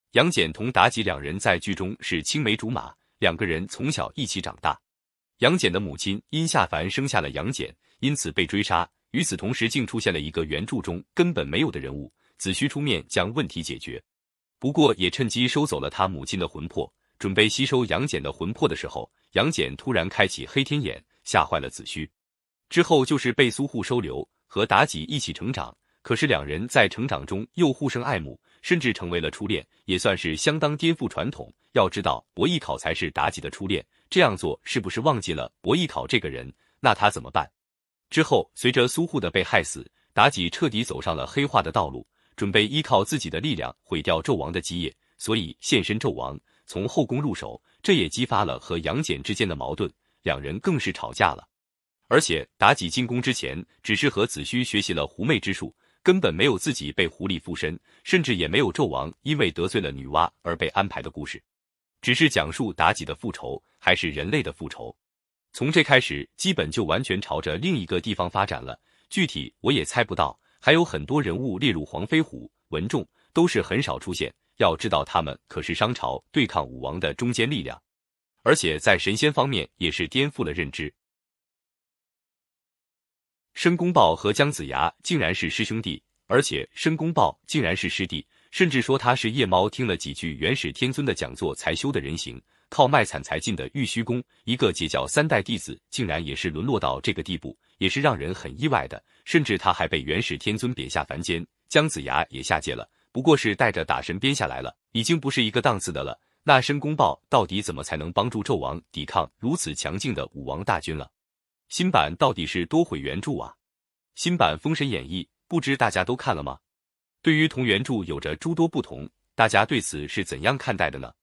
杨戬同妲己两人在剧中是青梅竹马，两个人从小一起长大。杨戬的母亲因下凡生下了杨戬，因此被追杀。与此同时，竟出现了一个原著中根本没有的人物，子虚出面将问题解决。不过也趁机收走了他母亲的魂魄。准备吸收杨戬的魂魄的时候，杨戬突然开启黑天眼，吓坏了子虚。之后就是被苏护收留，和妲己一起成长。可是两人在成长中又互生爱慕，甚至成为了初恋，也算是相当颠覆传统。要知道，伯邑考才是妲己的初恋，这样做是不是忘记了伯邑考这个人？那他怎么办？之后，随着苏护的被害死，妲己彻底走上了黑化的道路，准备依靠自己的力量毁掉纣王的基业，所以现身纣王，从后宫入手。这也激发了和杨戬之间的矛盾，两人更是吵架了。而且妲己进宫之前，只是和子虚学习了狐媚之术，根本没有自己被狐狸附身，甚至也没有纣王因为得罪了女娲而被安排的故事，只是讲述妲己的复仇，还是人类的复仇。从这开始，基本就完全朝着另一个地方发展了，具体我也猜不到。还有很多人物列入黄飞虎、文仲，都是很少出现。要知道他们可是商朝对抗武王的中坚力量，而且在神仙方面也是颠覆了认知。申公豹和姜子牙竟然是师兄弟，而且申公豹竟然是师弟，甚至说他是夜猫听了几句元始天尊的讲座才修的人形，靠卖惨才进的玉虚宫，一个截教三代弟子竟然也是沦落到这个地步，也是让人很意外的。甚至他还被元始天尊贬下凡间，姜子牙也下界了，不过是带着打神鞭下来了，已经不是一个档次的了。那申公豹到底怎么才能帮助纣王抵抗如此强劲的武王大军了？新版到底是多毁原著啊？新版《封神演义》不知大家都看了吗？对于同原著有着诸多不同，大家对此是怎样看待的呢？